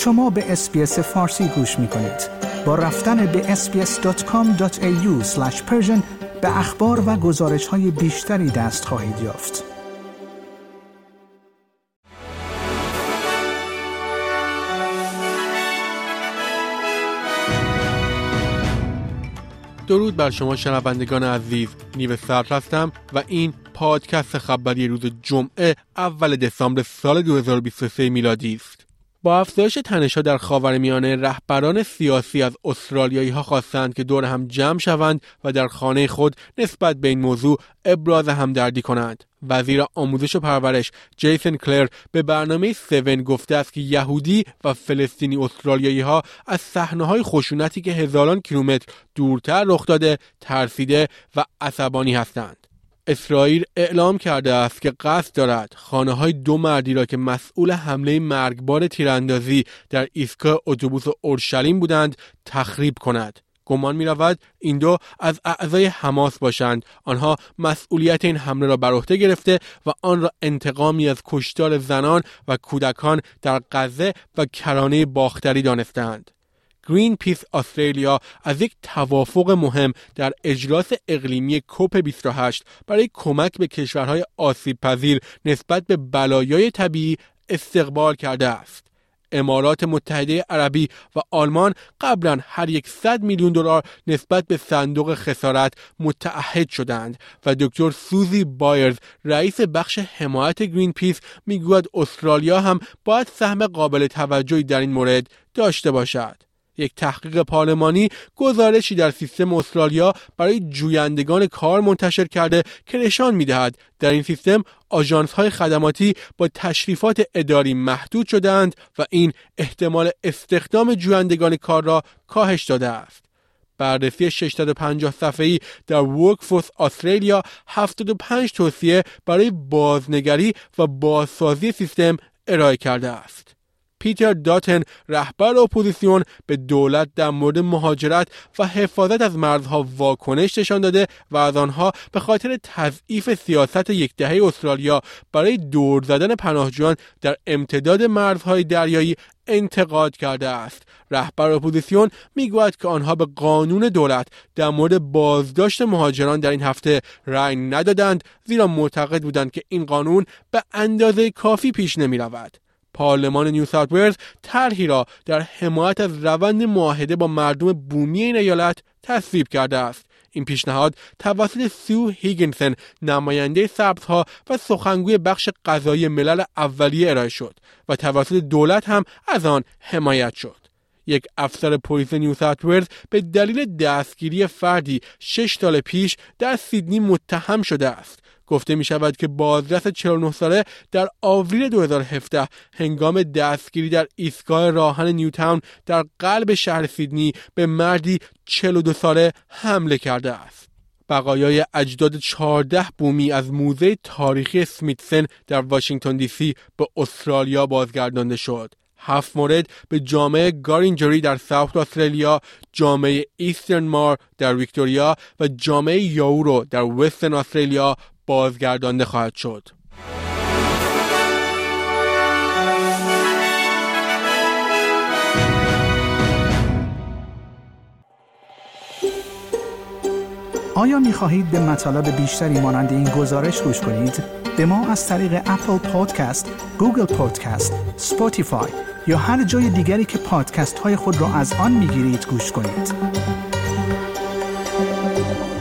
شما به اس‌بی‌اس فارسی گوش می‌کنید. با رفتن به sbs.com.au/persian به اخبار و گزارش‌های بیشتری دست خواهید یافت. درود بر شما شنوندگان عزیز، نیو سرد هستم و این پادکست خبری روز جمعه اول دسامبر سال 2023 میلادی است. با افزایش تنش‌ها در خاورمیانه، رهبران سیاسی از استرالیایی‌ها خواستند که دور هم جمع شوند و در خانه خود نسبت به این موضوع ابراز همدردی کنند. وزیر آموزش و پرورش جیسن کلر به برنامه 7 گفته است که یهودی و فلسطینی استرالیایی‌ها از صحنه‌های خشونتی که هزاران کیلومتر دورتر رخ داده ترسیده و عصبانی هستند. اسرائیل اعلام کرده است که قصد دارد خانه‌های 2 مردی را که مسئول حمله مرگبار تیراندازی در ایستگاه اتوبوس اورشلیم بودند تخریب کند. گمان می‌رود این 2 از اعضای حماس باشند. آنها مسئولیت این حمله را بر عهده گرفته و آن را انتقامی از کشتار زنان و کودکان در غزه و کرانه باختری دانستند. گرین پیس استرالیا از یک توافق مهم در اجلاس اقلیمی کوپ 28 برای کمک به کشورهای آسیب پذیر نسبت به بلایای طبیعی استقبال کرده است. امارات متحده عربی و آلمان قبلا هر یک $100 میلیون نسبت به صندوق خسارت متعهد شدند و دکتر سوزی بایرز رئیس بخش حمایت گرین پیس میگوید استرالیا هم باید سهم قابل توجهی در این مورد داشته باشد. یک تحقیق پارلمانی گزارشی در سیستم استرالیا برای جویندگان کار منتشر کرده که نشان می‌دهد در این سیستم آژانس‌های خدماتی با تشریفات اداری محدود شده‌اند و این احتمال استخدام جویندگان کار را کاهش داده است. بررسی 650 صفحه‌ای در ورکفورس استرالیا 75 توصیه برای بازنگری و بازسازی سیستم ارائه کرده است. پیتر داتن رهبر اپوزیسیون به دولت در مورد مهاجرت و حفاظت از مرزها واکنش نشان داده و از آنها به خاطر تضعیف سیاست یک دهه استرالیا برای دور زدن پناهجویان در امتداد مرزهای دریایی انتقاد کرده است. رهبر اپوزیسیون میگوید که آنها به قانون دولت در مورد بازداشت مهاجران در این هفته رأی ندادند زیرا معتقد بودند که این قانون به اندازه کافی پیش نمی رود. پارلمان نیو ساوت ولز طرحی را در حمایت از روند معاهده با مردم بومی این ایالت تصویب کرده است. این پیشنهاد توسط سو هیگینسن نماینده سبزها و سخنگوی بخش قضایی ملل اولیه ارائه شد و توسط دولت هم از آن حمایت شد. یک افسر پلیس نیو ساوت ولز به دلیل دستگیری فردی 6 سال پیش در سیدنی متهم شده است. گفته می شود که بازرس 49 ساله در آوریل 2017 هنگام دستگیری در ایستگاه راهن نیوتاون در قلب شهر سیدنی به مردی 42 ساله حمله کرده است. بقایای اجداد 14 بومی از موزه تاریخی اسمیتسن در واشنگتن دی سی به استرالیا بازگردانده شد. 7 مورد به جامعه گارینجری در ساوت استرالیا، جامعه ایسترن مار در ویکتوریا و جامعه یاورو در وسترن استرالیا بازگردانده خواهد شد. آیا می‌خواهید به مطالب بیشتری مانند این گزارش گوش کنید؟ به ما از طریق اپل پادکست، گوگل پادکست، اسپاتیفای یا هر جای دیگری که پادکست های خود را از آن می‌گیرید گوش کنید.